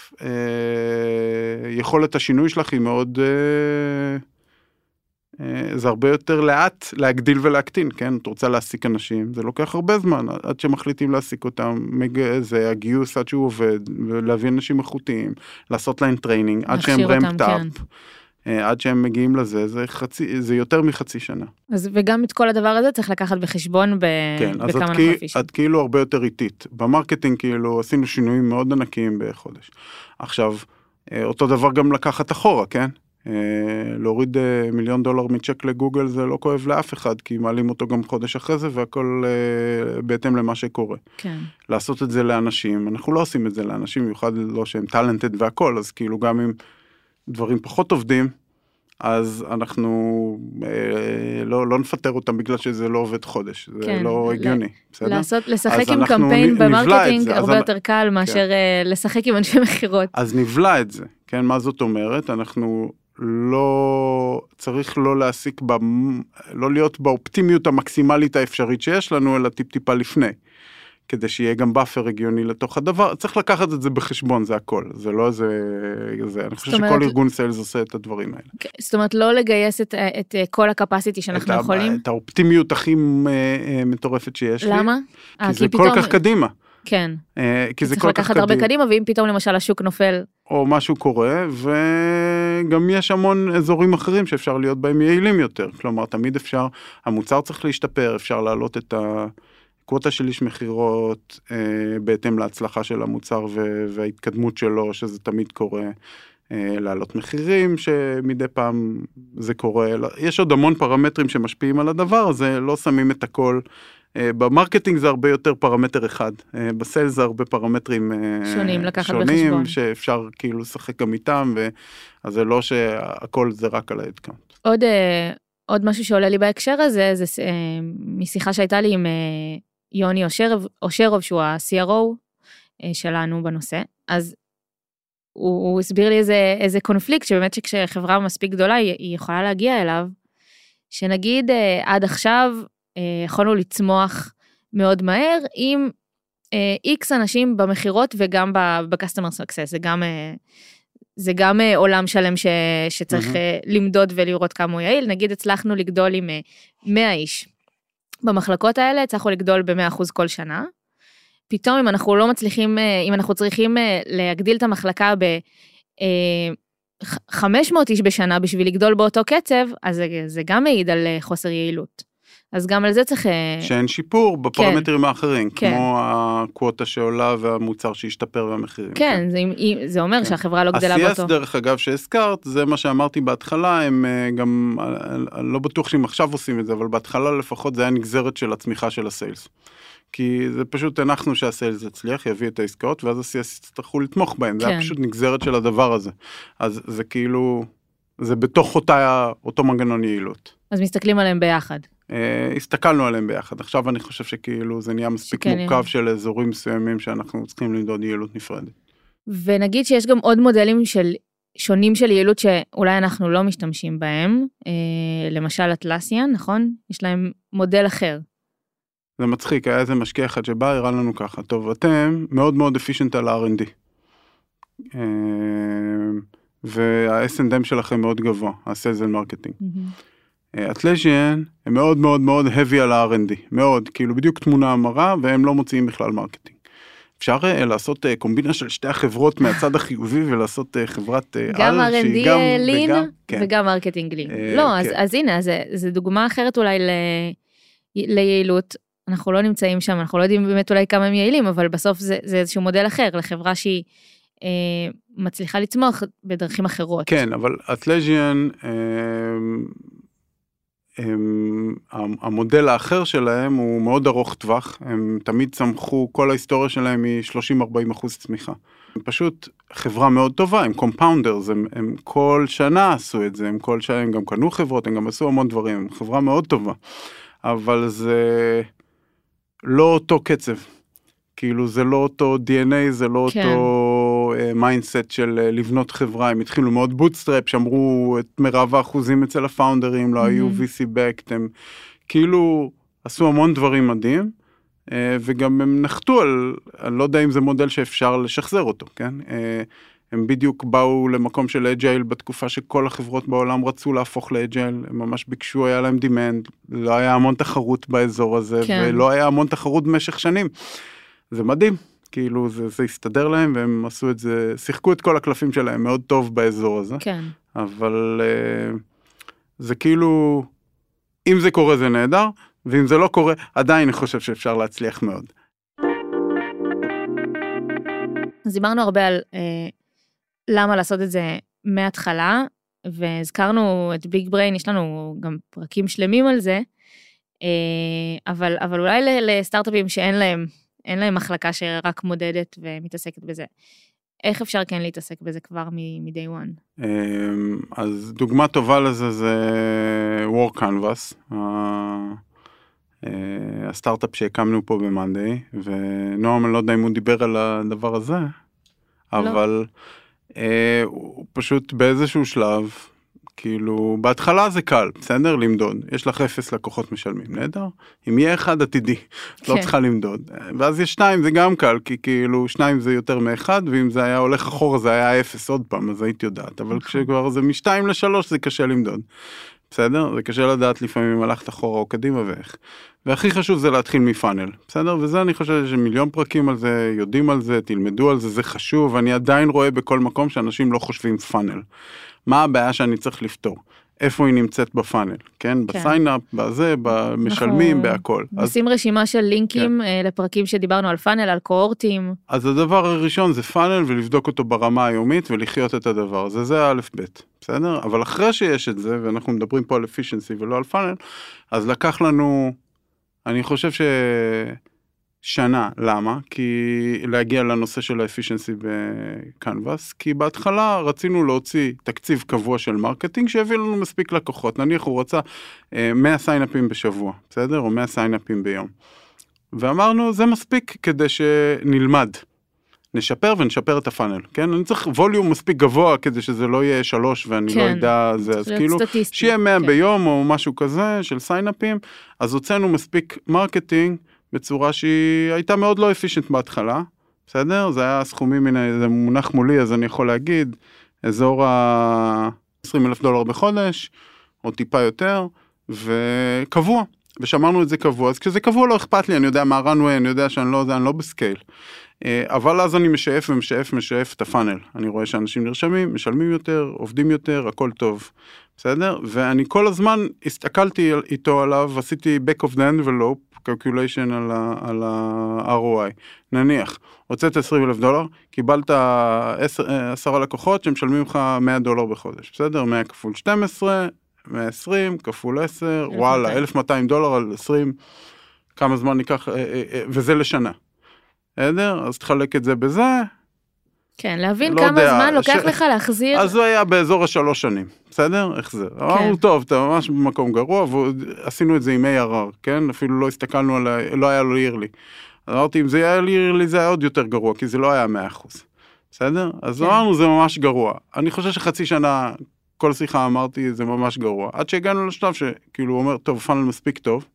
יכולת השינוי שלך היא מאוד... זה הרבה יותר לאט להגדיל ולהקטין, כן? את רוצה להעסיק אנשים, זה לוקח הרבה זמן, עד שמחליטים להעסיק אותם, זה הגיוס עד שהוא עובד, ולהביא אנשים איכותיים, לעשות להם טריינינג, עד שהם רמפ-טאפ, עד שהם מגיעים לזה, זה יותר מחצי שנה. וגם את כל הדבר הזה צריך לקחת בחשבון בכמה נפפיש. כן, אז את כאילו הרבה יותר איטית. במרקטינג כאילו עשינו שינויים מאוד ענקיים בחודש. עכשיו, אותו דבר גם לקחת אחורה, כן? להוריד $1,000,000 מצ'ק לגוגל זה לא כואב לאף אחד, כי מעלים אותו גם חודש אחרי זה, והכל בהתאם למה שקורה. כן. לעשות את זה לאנשים, אנחנו לא עושים את זה לאנשים, במיוחד לא שהם טלנטד והכל, אז כאילו גם אם דברים פחות עובדים, אז אנחנו לא נפטר אותם בגלל שזה לא עובד חודש, זה כן, לא הגיוני, בסדר? לשחק עם קמפיין במרקטינג הרבה יותר קל מאשר לשחק עם אנשי מחירות. אז נבלה את זה, כן, מה זאת אומרת? אנחנו לא, צריך לא להסיק, לא להיות באופטימיות המקסימלית האפשרית שיש לנו, אלא טיפה לפני. כדי שיהיה גם באפר הגיוני לתוך הדבר, צריך לקחת את זה בחשבון, זה הכל, זה לא זה, אני חושב שכל ארגון סיילס עושה את הדברים האלה. זאת אומרת, לא לגייס את כל הקפסיטי שאנחנו יכולים? את האופטימיות הכי מטורפת שיש לי. למה? כי זה כל כך קדימה. כן. כי זה כל כך קדימה. צריך לקחת הרבה קדימה, ואם פתאום למשל השוק נופל. או משהו קורה, וגם יש המון אזורים אחרים שאפשר להיות בהם יעילים יותר, כלומר, תמיד אפשר, המוצר צריך להשתפר, אפשר להעלות את קווטה של איש מחירות, בהתאם להצלחה של המוצר וההתקדמות שלו, שזה תמיד קורה, לעלות מחירים, שמדי פעם זה קורה, יש עוד המון פרמטרים שמשפיעים על הדבר הזה, לא שמים את הכל במרקטינג זה הרבה יותר פרמטר אחד, בסייל זה הרבה פרמטרים שונים שאפשר כאילו לשחק גם איתם, אז זה לא שהכל זה רק על ההדקאונט. עוד משהו שעולה לי בהקשר הזה, זה משיחה שהייתה לי עם יוני אושרוב, שהוא ה-CRO שלנו בנושא, אז הוא הסביר לי איזה קונפליקט, שבאמת שכשחברה מספיק גדולה, היא יכולה להגיע אליו, שנגיד עד עכשיו, יכולנו לצמוח מאוד מהר, עם X אנשים במחירות, וגם ב-customer success, זה גם עולם שלם שצריך למדוד ולראות כמה הוא יעיל, נגיד הצלחנו לגדול עם 100 איש, במחלקות האלה הצלחנו לגדול ב-100% כל שנה, פתאום אם אנחנו לא מצליחים, אם אנחנו צריכים להגדיל את המחלקה ב-500 איש בשנה בשביל לגדול באותו קצב, אז זה גם מעיד על חוסר יעילות. אז גם על זה צריך... שאין שיפור בפרמטרים האחרים, כמו הקווטה שעולה והמוצר שהשתפר והמחירים. כן, זה אומר שהחברה לא גדלה באותו. ה-CS דרך אגב שהזכרת, זה מה שאמרתי בהתחלה, הם גם, לא בטוח שהם עכשיו עושים את זה, אבל בהתחלה לפחות זה היה נגזרת של הצמיחה של הסיילס. כי זה פשוט הנחנו שהסיילס יצליח, יביא את העסקאות, ואז ה-CS יצטרכו לתמוך בהם, זה היה פשוט נגזרת של הדבר הזה. אז זה כאילו, זה בתוך אותו מנגנון יעילות. אז מסתכלים עליהם ביחד. הסתכלנו עליהם ביחד. עכשיו אני חושב שכאילו זה נהיה מספיק מורכב של אזורים מסוימים שאנחנו צריכים למדוד יעילות נפרדת. ונגיד שיש גם עוד מודלים שונים של יעילות שאולי אנחנו לא משתמשים בהם, למשל אטלסיאן, נכון? יש להם מודל אחר. זה מצחיק, היה איזה משקיע אחד שבא, הראה לנו ככה, טוב, אתם מאוד מאוד אפישנט על R&D. וה-S&M שלכם מאוד גבוה, ה-Sales and Marketing. אטלסיאן הם מאוד מאוד מאוד heavy על ה-R&D, מאוד, כאילו בדיוק תמונה המרה, והם לא מוציאים בכלל מרקטינג. אפשר לעשות קומבינה של שתי החברות מהצד החיובי, ולעשות חברת גם R&D לין, וגם מרקטינג לין. לא, אז הנה, זה דוגמה אחרת אולי ליעילות, אנחנו לא נמצאים שם, אנחנו לא יודעים באמת אולי כמה הם יעילים, אבל בסוף זה איזשהו מודל אחר, לחברה שהיא מצליחה לצמוח בדרכים אחרות. כן, אבל אטלסיאן, המודל האחר שלהם הוא מאוד ארוך טווח, הם תמיד צמחו, כל ההיסטוריה שלהם היא 30-40% צמיחה. הם פשוט חברה מאוד טובה, הם קומפאונדרס, הם כל שנה עשו את זה, הם כל שנה, הם גם קנו חברות, הם גם עשו המון דברים, הם חברה מאוד טובה, אבל זה לא אותו קצב, כאילו זה לא אותו DNA, זה לא אותו מיינדסט של לבנות חברה, הם התחילו מאוד בוטסטראפ, שמרו את מרב האחוזים אצל הפאונדרים, לא היו VC-Backed, הם כאילו עשו המון דברים מדהים, וגם הם נחתו על, אני לא יודע אם זה מודל שאפשר לשחזר אותו, כן? הם בדיוק באו למקום של אג'ייל בתקופה שכל החברות בעולם רצו להפוך לאג'ייל, הם ממש ביקשו, היה להם דימנד, לא היה המון תחרות באזור הזה, ולא היה המון תחרות במשך שנים. זה מדהים, כאילו זה הסתדר להם, והם עשו את זה, שיחקו את כל הקלפים שלהם מאוד טוב באזור הזה. כן. אבל זה כאילו, אם זה קורה זה נהדר, ואם זה לא קורה, עדיין אני חושב שאפשר להצליח מאוד. אז דיברנו הרבה על למה לעשות את זה מההתחלה, והזכרנו את ביג בריין, יש לנו גם פרקים שלמים על זה, אבל אולי לסטארט-אפים שאין להם מחלקה שרק מודדת ומתעסקת בזה. איך אפשר כן להתעסק בזה כבר מ-day one? אז דוגמה טובה לזה זה WorkCanvas, הסטארט-אפ שהקמנו פה במאנדיי, ונועם, אני לא יודע אם הוא דיבר על הדבר הזה, אבל הוא פשוט באיזשהו שלב, כאילו, בהתחלה זה קל, בסדר? למדוד. יש לך 0 לקוחות משלמים, נהדר? אם יהיה אחד עתידי, לא צריכה למדוד. ואז יש 2, זה גם קל, כי כאילו 2 זה יותר מ1, ואם זה היה הולך אחורה, זה היה 0 עוד פעם, אז הייתי יודעת. אבל כשכבר זה מ2 ל3, זה קשה למדוד. בסדר? זה קשה לדעת לפעמים אם הלכת אחורה או קדימה ואיך. והכי חשוב זה להתחיל מפאנל, בסדר? וזה אני חושב שמיליון פרקים על זה, יודעים על זה, תלמדו על זה, זה חשוב. אני עדיין רואה בכל מקום שאנשים לא חושבים פאנל. מה הבעיה שאני צריך לפתור? איפה היא נמצאת בפאנל, כן? בסיינאפ, בזה, במשלמים, בהכל. נשים רשימה של לינקים לפרקים שדיברנו על פאנל, על קוהורטים. אז הדבר הראשון זה פאנל, ולבדוק אותו ברמה היומית, ולחיות את הדבר הזה, זה א' ב', בסדר? אבל אחרי שיש את זה, ואנחנו מדברים פה על efficiency ולא על פאנל, אז לקח לנו אני חושב שנה, למה? כי להגיע לנושא של האפישנסי בקנבס, כי בהתחלה רצינו להוציא תקציב קבוע של מרקטינג, שיביא לנו מספיק לקוחות. נניח הוא רצה 100 סיינאפים בשבוע, בסדר? או 100 סיינאפים ביום. ואמרנו, זה מספיק כדי שנלמד. נשפר ונשפר את הפאנל, כן? אני צריך ווליום מספיק גבוה כדי שזה לא יהיה 3 ואני לא יודע זה, אז כאילו, שיהיה 100 ביום או משהו כזה של סיינאפים, אז הוצאנו מספיק מרקטינג בצורה שהיא הייתה מאוד לא אפישנט בהתחלה, בסדר? זה היה סכומים, זה מונח מולי, אז אני יכול להגיד, אזור $20,000 בחודש, או טיפה יותר, וקבוע. ושמרנו את זה קבוע, אז כשזה קבוע לא אכפת לי, אני יודע מה runway, אני יודע שאני לא בסקייל. אבל אז אני משאף את הפאנל. אני רואה שאנשים נרשמים, משלמים יותר, עובדים יותר, הכל טוב. בסדר? ואני כל הזמן הסתכלתי איתו עליו, עשיתי back of the envelope, calculation על ה-ROI. נניח, הוצאת $20,000, קיבלת 10 לקוחות שמשלמים לך $100 בחודש. בסדר? 100 כפול 12, 120 כפול 10, וואלה, $1,200 על 20, כמה זמן ניקח, וזה לשנה. בסדר? אז תחלק את זה בזה. כן, להבין כמה זמן לוקח לך להחזיר. אז זה היה באזור 3 שנים, בסדר? החזר. אמרנו, טוב, אתה ממש במקום גרוע, ועשינו את זה עם ARR, כן? אפילו לא הסתכלנו על, לא היה לו yearly. אמרתי, אם זה היה yearly, זה היה עוד יותר גרוע, כי זה לא היה 100%. בסדר? אז אמרנו, זה ממש גרוע. אני חושב שחצי שנה, כל שיחה אמרתי, זה ממש גרוע. עד שהגענו לשלב שכאילו הוא אומר, טוב, פאנל מספיק טוב.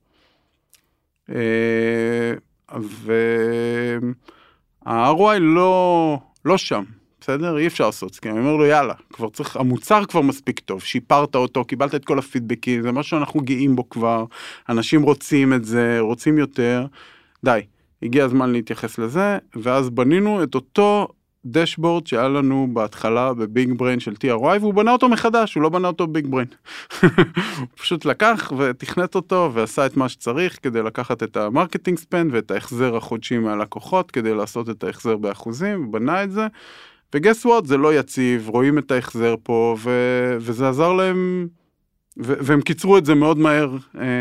וה-ROI לא שם, בסדר? אי אפשר לעשות, כי אני אומר לו, יאללה, כבר צריך, המוצר כבר מספיק טוב, שיפרת אותו, קיבלת את כל הפידבקים, זה משהו שאנחנו גאים בו כבר, אנשים רוצים את זה, רוצים יותר, די, הגיע הזמן להתייחס לזה, ואז בנינו את אותו דשבורד שהיה לנו בהתחלה בביג בריין של TRY, והוא בנה אותו מחדש, הוא לא בנה אותו בביג בריין. הוא פשוט לקח ותכנת אותו ועשה את מה שצריך כדי לקחת את המרקטינג ספנד ואת ההחזר החודשי מהלקוחות, כדי לעשות את ההחזר באחוזים, הוא בנה את זה, וגס וואט, זה לא יציב, רואים את ההחזר פה, וזה עזר להם, והם קיצרו את זה מאוד מהר,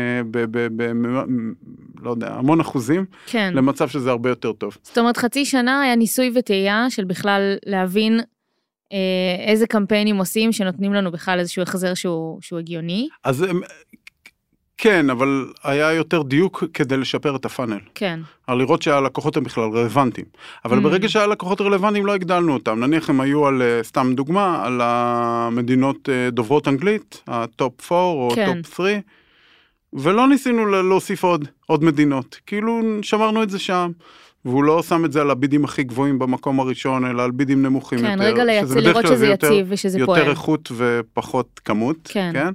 לא יודע, המון אחוזים, כן. למצב שזה הרבה יותר טוב. זאת אומרת, חצי שנה היה ניסוי וטעייה של בכלל להבין איזה קמפיינים עושים שנותנים לנו בכלל איזשהו החזר שהוא הגיוני. אז כן, אבל היה יותר דיוק כדי לשפר את הפאנל. כן. על לראות שהלקוחות הם בכלל רלוונטיים. אבל ברגע שהלקוחות רלוונטיים לא הגדלנו אותם. נניח הם היו על, סתם דוגמה, על המדינות דוברות אנגלית, הטופ 4 או טופ 3, ולא ניסינו להוסיף עוד מדינות. כאילו שמרנו את זה שם, והוא לא שם את זה על הבידים הכי גבוהים במקום הראשון, אלא על בידים נמוכים יותר. כן, רגע לראות שזה יציב ושזה פועל. יותר איכות ופחות כמות. כן.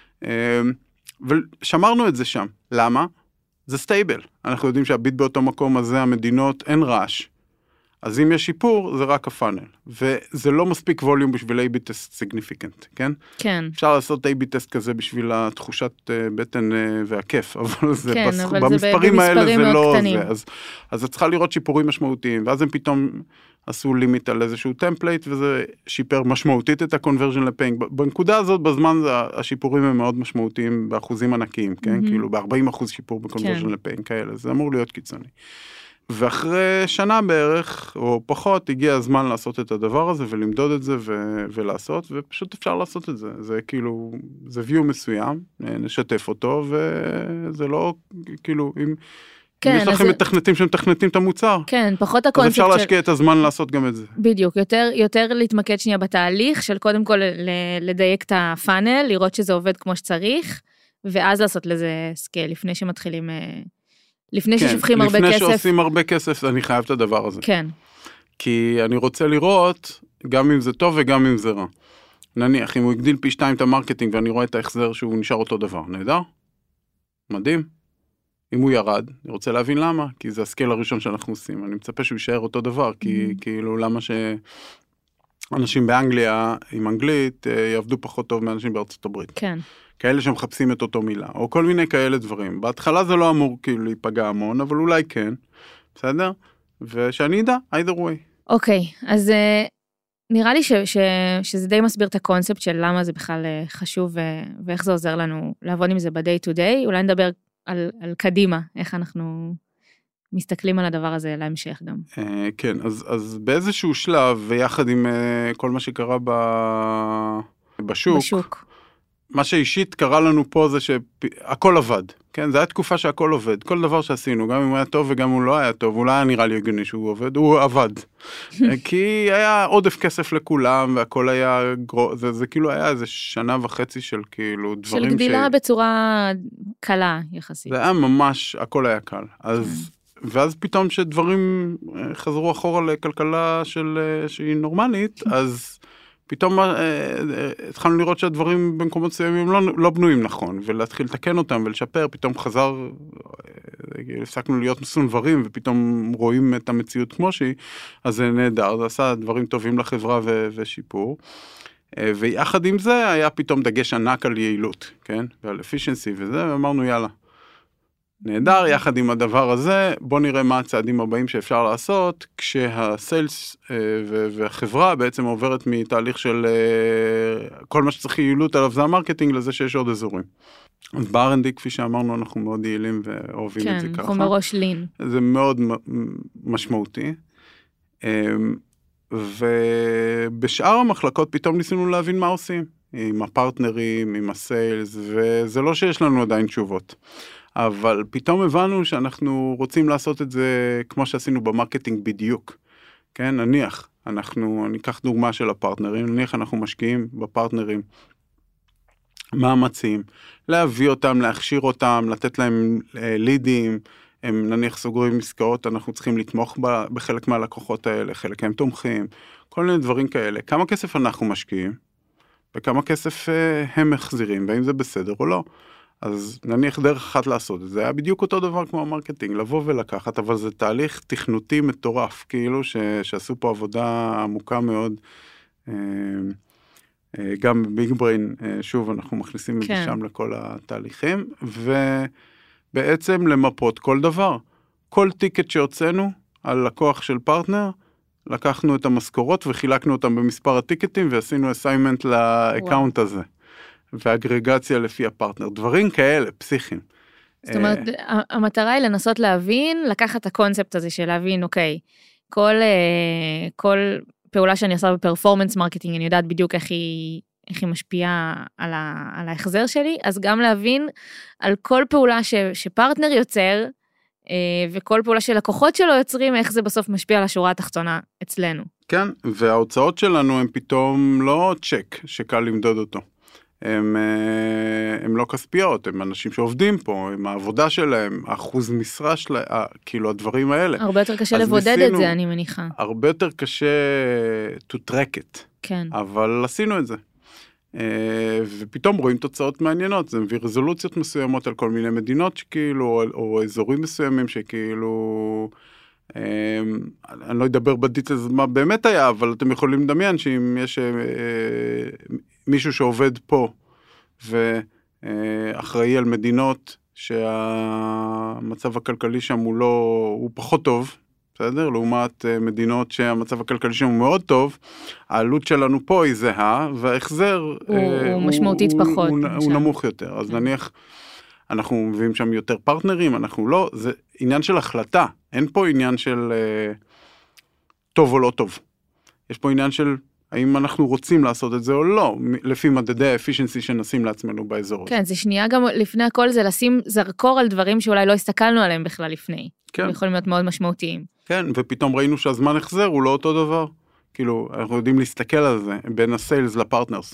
ושמרנו את זה שם. למה? זה סטייבל. אנחנו יודעים שהביט באותו מקום הזה, המדינות, אין רעש. אז אם יש שיפור, זה רק הפאנל. וזה לא מספיק ווליום בשביל A-B טסט סיגניפיקנט, כן? כן. אפשר לעשות A-B טסט כזה בשביל התחושת בטן והכיף, אבל זה כן, אבל במספרים האלה זה לא קטנים. זה. אז את צריכה לראות שיפורים משמעותיים, ואז הם פתאום עשו לימיט על איזשהו טמפלייט, וזה שיפר משמעותית את הקונברז'ן לפיינג. בנקודה הזאת, בזמן, השיפורים הם מאוד משמעותיים באחוזים ענקיים, כן? כאילו ב-40% שיפור בקונברז'ן לפיינג כאלה, זה אמור להיות קיצוני. ואחרי שנה בערך, או פחות, הגיע הזמן לעשות את הדבר הזה, ולמדוד את זה ולעשות, ופשוט אפשר לעשות את זה. זה כאילו, זה view מסוים, נשתף אותו, וזה לא, כאילו, אם יש לכם מתכנתים שמתכנתים את המוצר, כן, פחות הקונספט אז אפשר להשקיע את הזמן לעשות גם את זה. בדיוק, יותר להתמקד שנייה בתהליך, של קודם כל לדייק את הפאנל, לראות שזה עובד כמו שצריך, ואז לעשות לזה סקייל, לפני שמתחילים... לפני ששופכים הרבה כסף. לפני שעושים הרבה כסף, אני חייב את הדבר הזה. כן. כי אני רוצה לראות, גם אם זה טוב וגם אם זה רע. נניח, אם הוא הגדיל פי 2 את המרקטינג, ואני רואה את ההחזר שהוא נשאר אותו דבר, נהדר? מדהים. אם הוא ירד, אני רוצה להבין למה, כי זה הסקייל הראשון שאנחנו עושים. אני מצפה שהוא יישאר אותו דבר, כי כאילו למה שאנשים באנגליה, עם אנגלית, יעבדו פחות טוב מאנשים בארצות הברית. כן. כאלה שמחפשים את אותו מילה, או כל מיני כאלה דברים. בהתחלה זה לא אמור כאילו להיפגע המון, אבל אולי כן, בסדר? ושאני אדע, either way. אוקיי, אז נראה לי שזה די מסביר את הקונספט של למה זה בכלל חשוב, ואיך זה עוזר לנו לעבוד עם זה ב-day to day. אולי נדבר על קדימה, איך אנחנו מסתכלים על הדבר הזה להמשך גם. כן, אז באיזשהו שלב, ויחד עם כל מה שקרה בשוק, מה שאישית קרה לנו פה זה שהכל עבד, כן? זה היה תקופה שהכל עובד, כל דבר שעשינו, גם אם הוא היה טוב וגם אם הוא לא היה טוב, אולי היה נראה לי הגיוני שהוא עובד, הוא עבד. כי היה עודף כסף לכולם, והכל היה, זה כאילו היה איזה שנה וחצי של כאילו דברים של גדילה בצורה קלה יחסית. זה היה ממש, הכל היה קל. ואז פתאום שדברים חזרו אחורה לכלכלה שהיא נורמלית, אז פתאום התחלנו לראות שהדברים במקומות מסוימים לא בנויים נכון, ולהתחיל לתקן אותם ולשפר, פתאום הפסקנו להיות מסונברים, ופתאום רואים את המציאות כמו שהיא, אז זה נהדר, זה עשה דברים טובים לחברה ושיפור. ויחד עם זה היה פתאום דגש ענק על יעילות, כן? ועל efficiency וזה, ואמרנו יאללה. נהדר, יחד עם הדבר הזה, בוא נראה מה הצעדים הבאים שאפשר לעשות, כשהסיילס והחברה בעצם עוברת מתהליך של כל מה שצריך יעילות עליו זה המרקטינג, לזה שיש עוד אזורים. אז ב-R&D, כפי שאמרנו, אנחנו מאוד יעילים ואוהבים את זה ככה. כן, אנחנו מראש לין. זה מאוד משמעותי. ובשאר המחלקות פתאום ניסינו להבין מה עושים, עם הפרטנרים, עם הסיילס, וזה לא שיש לנו עדיין תשובות. אבל פתאום הבנו שאנחנו רוצים לעשות את זה כמו שעשינו במרקטינג בדיוק. כן, נניח, אני אקח דוגמה של הפרטנרים, נניח אנחנו משקיעים בפרטנרים מאמצים, להביא אותם, להכשיר אותם, לתת להם לידים, הם נניח סוגרים עסקאות, אנחנו צריכים לתמוך בחלק מהלקוחות האלה, חלק הם תומכים, כל מיני דברים כאלה. כמה כסף אנחנו משקיעים, וכמה כסף הם מחזירים, והאם זה בסדר או לא. אז נניח דרך אחת לעשות את זה, היה בדיוק אותו דבר כמו המרקטינג, לבוא ולקחת, אבל זה תהליך תכנותי מטורף, כאילו שעשו פה עבודה עמוקה מאוד, גם בביג בריין, שוב, אנחנו מכניסים את זה שם לכל התהליכים, ובעצם למפות כל דבר. כל טיקט שהוצאנו על לקוח של פרטנר, לקחנו את המשכורות וחילקנו אותם במספר הטיקטים, ועשינו אסיימנט לאקאונט הזה. ואגרגציה לפי הפרטנר, דברים כאלה, פסיכיים. זאת אומרת, המטרה היא לנסות להבין, לקחת את הקונספט הזה של להבין, אוקיי, כל פעולה שאני עושה בפרפורמנס מרקטינג, אני יודעת בדיוק איך היא משפיעה על ההחזר שלי, אז גם להבין על כל פעולה שפרטנר יוצר, וכל פעולה שלקוחות שלו יוצרים, איך זה בסוף משפיע על השורה התחתונה אצלנו. כן, וההוצאות שלנו הן פתאום לא צ'ק שקל למדוד אותו. הם לא כספיות, הם אנשים שעובדים פה, עם העבודה שלהם, אחוז משרה שלהם, כאילו הדברים האלה. הרבה יותר קשה לבודד את זה, אני מניחה. הרבה יותר קשה to track it. כן. אבל עשינו את זה. ופתאום רואים תוצאות מעניינות, זה מביא רזולוציות מסוימות על כל מיני מדינות שכאילו, או אזורים מסוימים שכאילו, אני לא אדבר בדיטלס מה באמת היה, אבל אתם יכולים לדמיין שאם יש מישהו שעובד פה, ואחראי על מדינות שהמצב הכלכלי שם הוא פחות טוב, בסדר? לעומת מדינות שהמצב הכלכלי שם הוא מאוד טוב, העלות שלנו פה היא זהה, וההחזר הוא משמעותית פחות. הוא נמוך יותר. אז נניח, אנחנו מביאים שם יותר פרטנרים, אנחנו לא, זה עניין של החלטה, אין פה עניין של טוב או לא טוב. יש פה עניין של האם אנחנו רוצים לעשות את זה או לא, לפי מדדי האפישנסי שנשים לעצמנו באזור. כן, זה שנייה גם לפני הכל, זה לשים זרקור על דברים שאולי לא הסתכלנו עליהם בכלל לפני. כן. יכולים להיות מאוד משמעותיים. כן, ופתאום ראינו שהזמן החזר הוא לא אותו דבר. כאילו, אנחנו יודעים להסתכל על זה בין הסיילס לפרטנרס.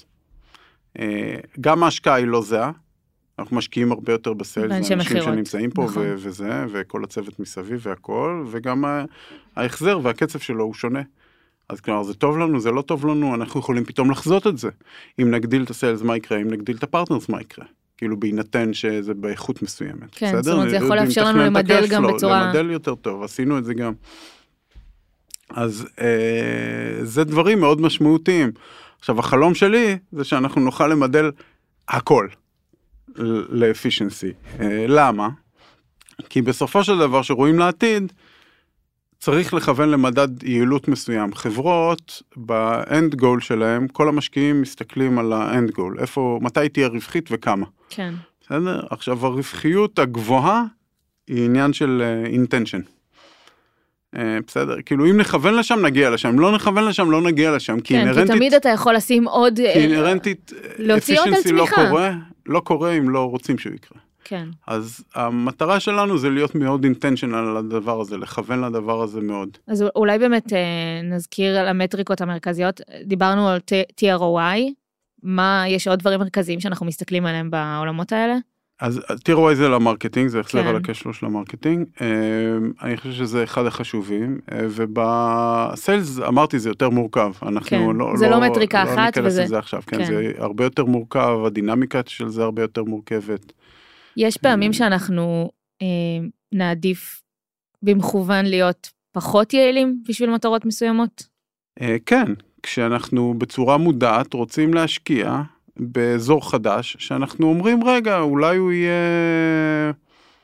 גם ההשקעה היא לא זהה, אנחנו משקיעים הרבה יותר בסיילס, אנשים שנמצאים פה נכון. וזה, וכל הצוות מסביב והכל, וגם ההחזר והקצב שלו הוא שונה. אז כלומר, זה טוב לנו, זה לא טוב לנו, אנחנו יכולים פתאום לחזות את זה. אם נגדיל את הסיילס, מה יקרה? אם נגדיל את הפרטנרס, מה יקרה? כאילו, בהינתן שזה באיכות מסוימת. כן, בסדר? זאת אומרת, זה יכול לאפשר לנו למדל גם בצורה... למדל יותר טוב, עשינו את זה גם. אז זה דברים מאוד משמעותיים. עכשיו, החלום שלי זה שאנחנו נוכל למדל הכל לאפישנסי. למה? כי בסופו של דבר שרואים לעתיד, צריך לכוון למדד יעילות מסוים. חברות, באנד גול שלהם, כל המשקיעים מסתכלים על האנד גול. איפה, מתי תהיה רווחית וכמה. כן. בסדר? עכשיו, הרווחיות הגבוהה היא עניין של intention. בסדר? כאילו, אם נכוון לשם, נגיע לשם. אם לא נכוון לשם, לא נגיע לשם. כן, כי תמיד אתה יכול לשים עוד... כי אינרנטית, efficiency לא קורה אם לא רוצים שהוא יקרה. כן. אז המטרה שלנו זה להיות מאוד intentional על הדבר הזה, לכוון לדבר הזה מאוד. אז אולי באמת נזכיר על המטריקות המרכזיות. דיברנו על TROI. יש עוד דברים מרכזיים שאנחנו מסתכלים עליהם בעולמות האלה? אז TROI זה למרקטינג, זה החזר על הקשר של המרקטינג. אני חושב שזה אחד החשובים, ובסיילס, אמרתי, זה יותר מורכב. זה לא מטריקה אחת. לא ניכנס לזה עכשיו, כן, זה הרבה יותר מורכב, הדינמיקה של זה הרבה יותר מורכבת. יש פעמים שאנחנו נעדיף במכוון להיות פחות יעילים בשביל מטרות מסוימות? כן, כשאנחנו בצורה מודעת רוצים להשקיע באזור חדש, שאנחנו אומרים, רגע, אולי הוא יהיה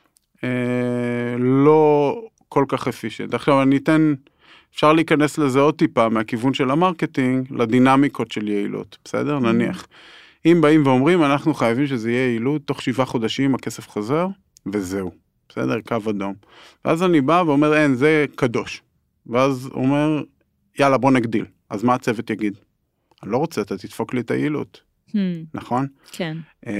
לא כל כך efficient. עכשיו אפשר להיכנס לזה עוד טיפה מהכיוון של המרקטינג, לדינמיקות של יעילות, בסדר? נניח. אם באים ואומרים, אנחנו חייבים שזה יהיה יעילות, תוך 7 חודשים הכסף חוזר, וזהו, בסדר? קו אדום. ואז אני בא ואומר, אין, זה קדוש. ואז אומר, יאללה, בוא נגדיל. אז מה הצוות יגיד? אני לא רוצה, אתה תדפוק לי את היעילות. נכון? כן.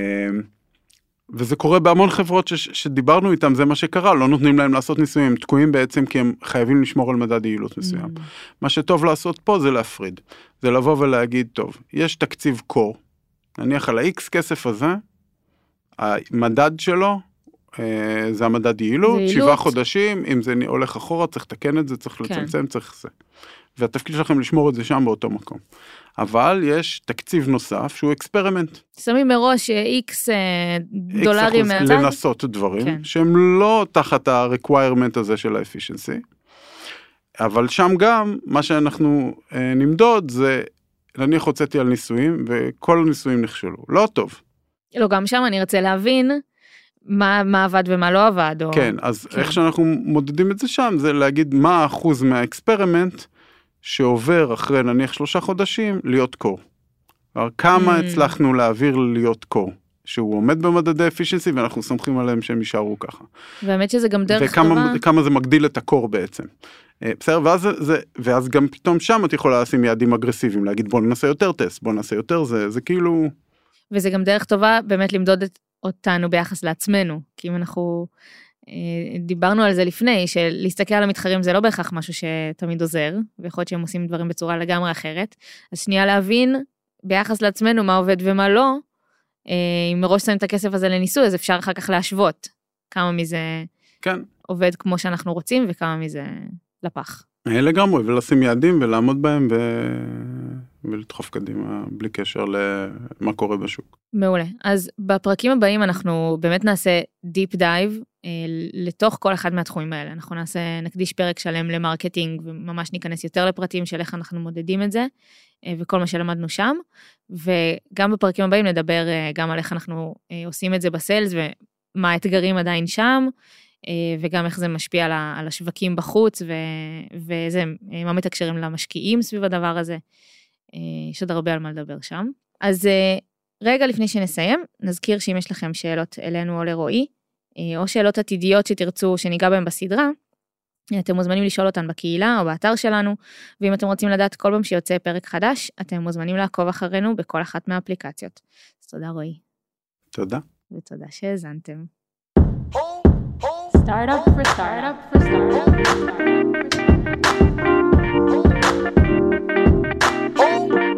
וזה קורה בהמון חברות שדיברנו איתם, זה מה שקרה, לא נותנים להם לעשות ניסויים, הם תקועים בעצם כי הם חייבים לשמור על מדד יעילות מסוים. מה שטוב לעשות פה זה להפריד. זה לבוא ולהגיד, טוב, יש תקציב קור, נניח על ה-X כסף הזה, המדד שלו, זה המדד יעילות, 7 חודשים, אם זה הולך אחורה, צריך לתקן את זה, צריך לצמצם, צריך זה. והתפקיד שלכם לשמור את זה שם באותו מקום. אבל יש תקציב נוסף שהוא אקספרימנט. שמים מראש X דולרים מהצד. לנסות דברים, שהם לא תחת ה-requirement הזה של ה-efficiency. אבל שם גם, מה שאנחנו נמדוד זה, נניח הוצאתי על ניסויים, וכל הניסויים נכשלו. לא טוב. לא, גם שם אני רוצה להבין מה עבד ומה לא עבד. כן, אז איך שאנחנו מודדים את זה שם, זה להגיד מה האחוז מהאקספרימנט, שעובר אחרי נניח 3 חודשים להיות קור. כמה הצלחנו להעביר להיות קור, שהוא עומד במדדי אפישנסי, ואנחנו סומכים עליהם שהם יישארו ככה. והאמת שזה גם דרך טובה. וכמה זה מגדיל את הקור בעצם. בסדר, ואז גם פתאום שם את יכולה לשים יעדים אגרסיביים, להגיד בוא ננסה יותר טסט, בוא ננסה יותר זה כאילו... וזה גם דרך טובה באמת למדוד אותנו ביחס לעצמנו, כי אם אנחנו... דיברנו על זה לפני, שלהסתכל על המתחרים זה לא בהכרח משהו שתמיד עוזר, ויכול להיות שהם עושים דברים בצורה לגמרי אחרת, אז שנייה להבין ביחס לעצמנו מה עובד ומה לא, אם מראש שמים את הכסף הזה לניסוי, אז אפשר אחר כך להשוות כמה מזה עובד כמו שאנחנו רוצים, וכמה מזה לפח. לגמרי, ולשים יעדים ולעמוד בהם ולדחוף קדימה בלי קשר למה קורה בשוק. מעולה. אז בפרקים הבאים אנחנו באמת נעשה דיפ דייב לתוך כל אחד מהתחומים האלה. אנחנו נקדיש פרק שלם למרקטינג וממש ניכנס יותר לפרטים של איך אנחנו מודדים את זה וכל מה שלמדנו שם. וגם בפרקים הבאים נדבר גם על איך אנחנו עושים את זה בסיילס ומה האתגרים עדיין שם. וגם איך זה משפיע על השווקים בחוץ, ומה מתקשרים למשקיעים סביב הדבר הזה. יש עוד הרבה על מה לדבר שם. אז רגע לפני שנסיים, נזכיר שאם יש לכם שאלות אלינו או לרועי, או שאלות עתידיות שתרצו שניגע בהם בסדרה, אתם מוזמנים לשאול אותן בקהילה או באתר שלנו, ואם אתם רוצים לדעת כל פעם שיוצא פרק חדש, אתם מוזמנים לעקוב אחרינו בכל אחת מהאפליקציות. אז תודה רועי. תודה. ותודה שהאזנתם. Startup for startup for startup.